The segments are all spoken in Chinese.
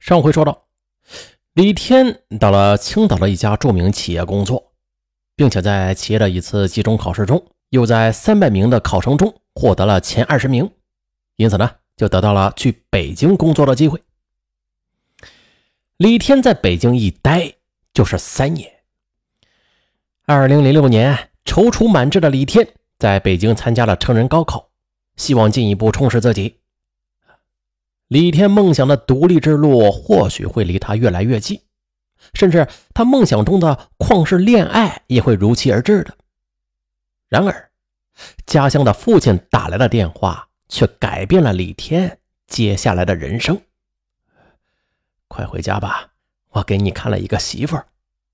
上回说到，李天到了青岛的一家著名企业工作，并且在企业的一次期中考试中，又在300名的考生中获得了前20名，因此呢，就得到了去北京工作的机会。李天在北京一待就是3年。2006年，踌躇满志的李天在北京参加了成人高考，希望进一步充实自己。李天梦想的独立之路或许会离他越来越近，甚至他梦想中的旷世恋爱也会如期而至的。然而，家乡的父亲打来的电话却改变了李天接下来的人生。快回家吧，我给你看了一个媳妇儿。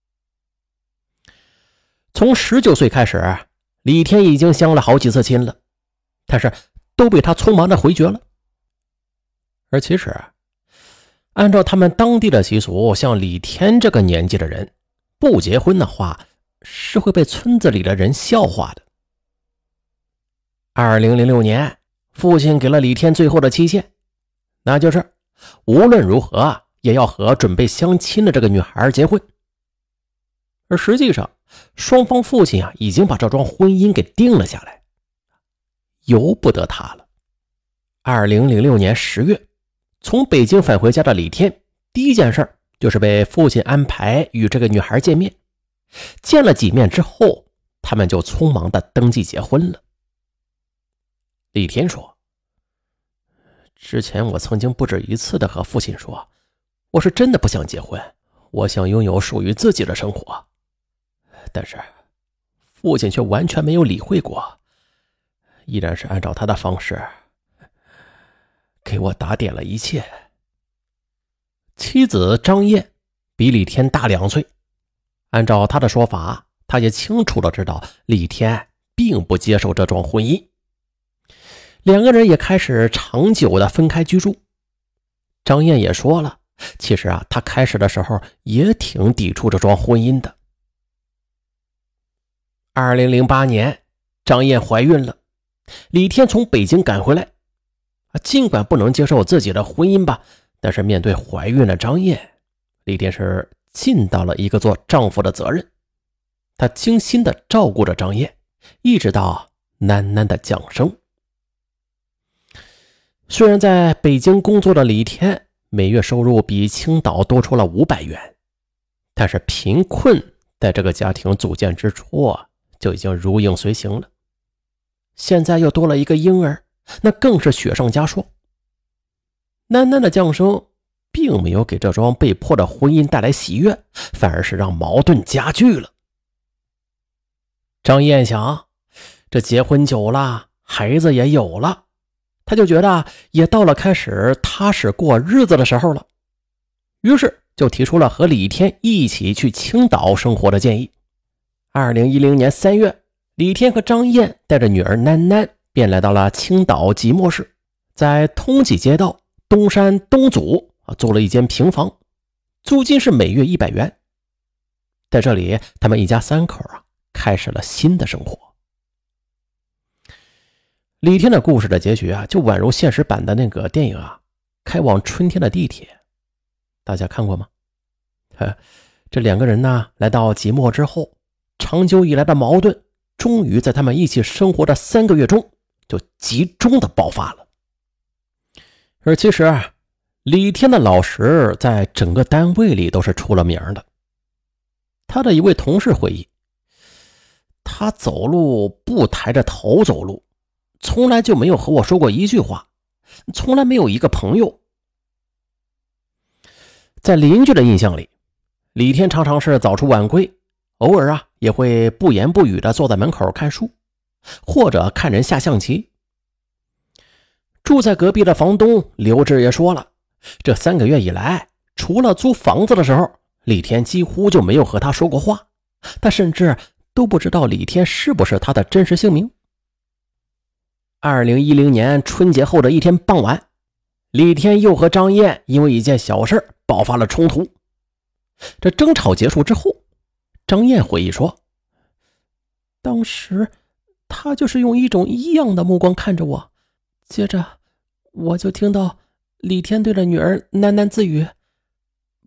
从19岁开始，李天已经相了好几次亲了，但是都被他匆忙的回绝了。而其实按照他们当地的习俗，像李天这个年纪的人不结婚的话是会被村子里的人笑话的。2006年，父亲给了李天最后的期限，那就是无论如何也要和准备相亲的这个女孩结婚。而实际上双方父亲已经把这桩婚姻给定了下来，由不得他了。2006年10月，从北京返回家的李天，第一件事就是被父亲安排与这个女孩见面。见了几面之后，他们就匆忙的登记结婚了。李天说，之前我曾经不止一次的和父亲说，我是真的不想结婚，我想拥有属于自己的生活。但是父亲却完全没有理会过，依然是按照他的方式给我打点了一切。妻子张燕比李天大2岁，按照他的说法，他也清楚的知道李天并不接受这桩婚姻。2个人也开始长久的分开居住。张燕也说了，其实他开始的时候也挺抵触这桩婚姻的。2008年，张燕怀孕了，李天从北京赶回来。尽管不能接受自己的婚姻吧，但是面对怀孕的张燕，李天是尽到了一个做丈夫的责任。他精心的照顾着张燕，一直到囡囡的降生。虽然在北京工作的李天每月收入比青岛多出了500元，但是贫困在这个家庭组建之初就已经如影随形了。现在又多了一个婴儿，那更是雪上加霜。囡囡的降生并没有给这桩被迫的婚姻带来喜悦，反而是让矛盾加剧了。张燕想，这结婚久了，孩子也有了，他就觉得也到了开始踏实过日子的时候了，于是就提出了和李天一起去青岛生活的建议。2010年3月，李天和张燕带着女儿囡囡便来到了青岛即墨市，在通济街道东山东组租了一间平房，租金是每月100元。在这里，他们一家3口开始了新的生活。李天的故事的结局就宛如现实版的那个电影开往春天的地铁，大家看过吗？这2个人来到即墨之后，长久以来的矛盾终于在他们一起生活的3个月中就集中的爆发了。而其实李天的老实在整个单位里都是出了名的。他的一位同事回忆，他走路不抬着头走路，从来就没有和我说过一句话，从来没有一个朋友。在邻居的印象里，李天常常是早出晚归，偶尔也会不言不语的坐在门口看书，或者看人下象棋。住在隔壁的房东刘志也说了，这3个月以来，除了租房子的时候，李天几乎就没有和他说过话，他甚至都不知道李天是不是他的真实姓名。2010年春节后的一天傍晚，李天又和张燕因为一件小事爆发了冲突。这争吵结束之后，张燕回忆说，当时他就是用一种异样的目光看着我，接着我就听到李天对着女儿喃喃自语，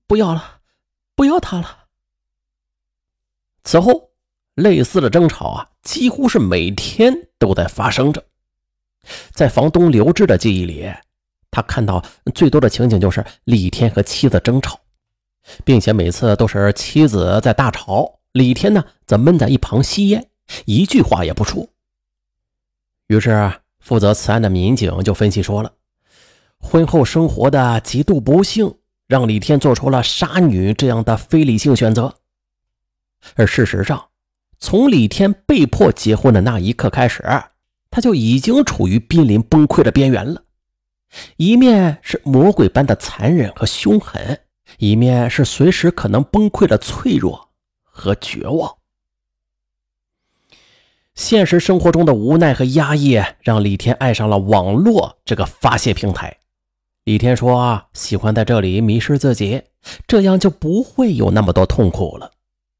不要了，不要他了。此后类似的争吵几乎是每天都在发生着。在房东刘志的记忆里，他看到最多的情景就是李天和妻子争吵，并且每次都是妻子在大吵，李天呢则闷在一旁吸烟，一句话也不说。于是负责此案的民警就分析说了，婚后生活的极度不幸让李天做出了杀女这样的非理性选择。而事实上，从李天被迫结婚的那一刻开始，他就已经处于濒临崩溃的边缘了。一面是魔鬼般的残忍和凶狠，一面是随时可能崩溃的脆弱和绝望。现实生活中的无奈和压抑让李天爱上了网络这个发泄平台。李天说喜欢在这里迷失自己，这样就不会有那么多痛苦了。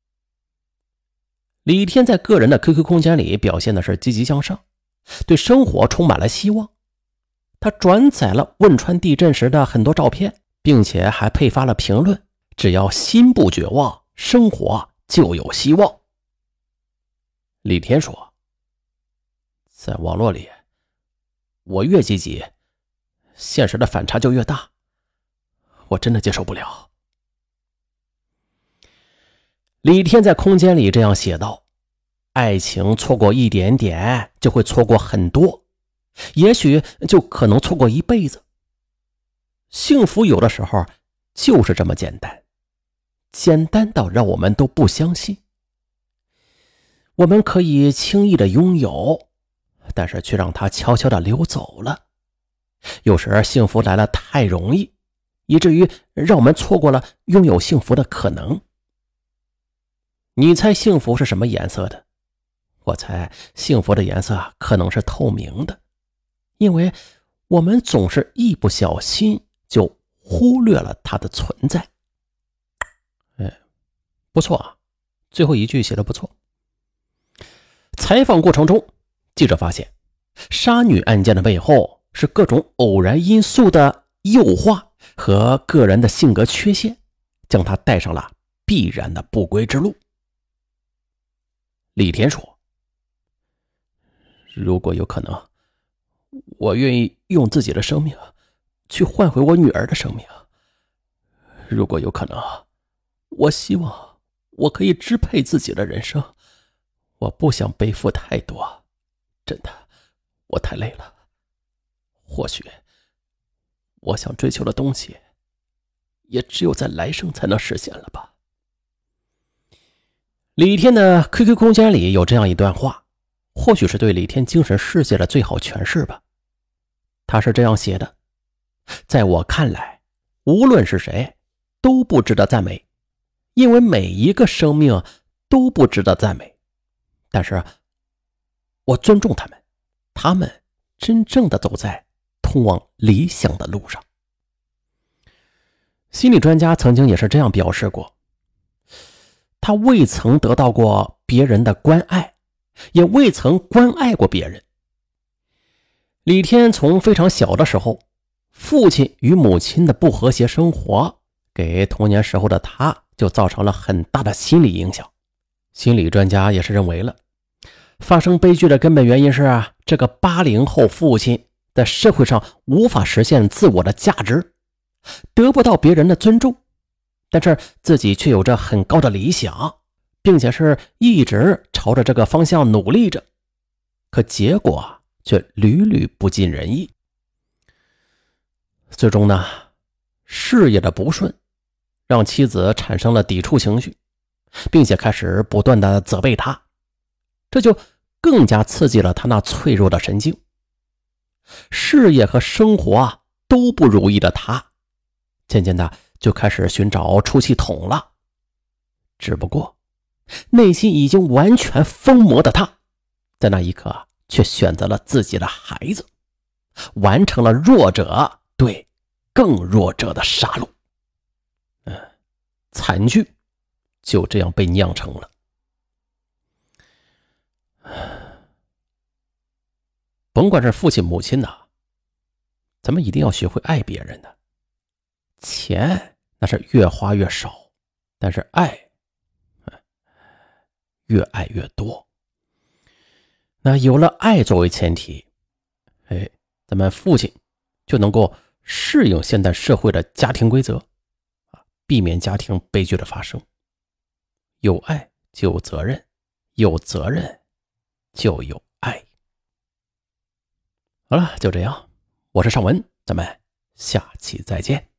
李天在个人的 QQ 空间里表现的是积极向上，对生活充满了希望。他转载了汶川地震时的很多照片，并且还配发了评论，只要心不绝望，生活就有希望。李天说，在网络里，我越积极，现实的反差就越大，我真的接受不了。李天在空间里这样写道，爱情错过一点点，就会错过很多，也许就可能错过一辈子。幸福有的时候就是这么简单，简单到让我们都不相信。我们可以轻易的拥有，但是却让它悄悄的溜走了。有时幸福来了太容易，以至于让我们错过了拥有幸福的可能。你猜幸福是什么颜色的？我猜幸福的颜色可能是透明的，因为我们总是一不小心就忽略了它的存在。不错啊，最后一句写得不错。采访过程中，记者发现杀女案件的背后是各种偶然因素的诱惑和个人的性格缺陷，将他带上了必然的不归之路。李天说，如果有可能，我愿意用自己的生命去换回我女儿的生命。如果有可能，我希望我可以支配自己的人生，我不想背负太多，真的，我太累了。或许我想追求的东西也只有在来生才能实现了吧。李天的 QQ 空间里有这样一段话，或许是对李天精神世界的最好诠释吧。他是这样写的，在我看来，无论是谁都不值得赞美，因为每一个生命都不值得赞美，但是我尊重他们，他们真正的走在通往理想的路上。心理专家曾经也是这样表示过，他未曾得到过别人的关爱，也未曾关爱过别人。李天从非常小的时候，父亲与母亲的不和谐生活，给童年时候的他就造成了很大的心理影响。心理专家也是认为了，发生悲剧的根本原因是这个80后父亲在社会上无法实现自我的价值，得不到别人的尊重，但是自己却有着很高的理想，并且是一直朝着这个方向努力着，可结果却屡屡不尽人意。最终呢，事业的不顺让妻子产生了抵触情绪，并且开始不断的责备他，这就更加刺激了他那脆弱的神经。事业和生活都不如意的他，渐渐的就开始寻找出气筒了。只不过内心已经完全疯魔的他，在那一刻却选择了自己的孩子，完成了弱者对更弱者的杀戮。惨剧就这样被酿成了。甭管是父亲母亲咱们一定要学会爱别人的。钱那是越花越少，但是爱越爱越多。那有了爱作为前提，咱们父亲就能够适应现代社会的家庭规则，避免家庭悲剧的发生。有爱就有责任，有责任就有爱。好了，就这样，我是尚文，咱们下期再见。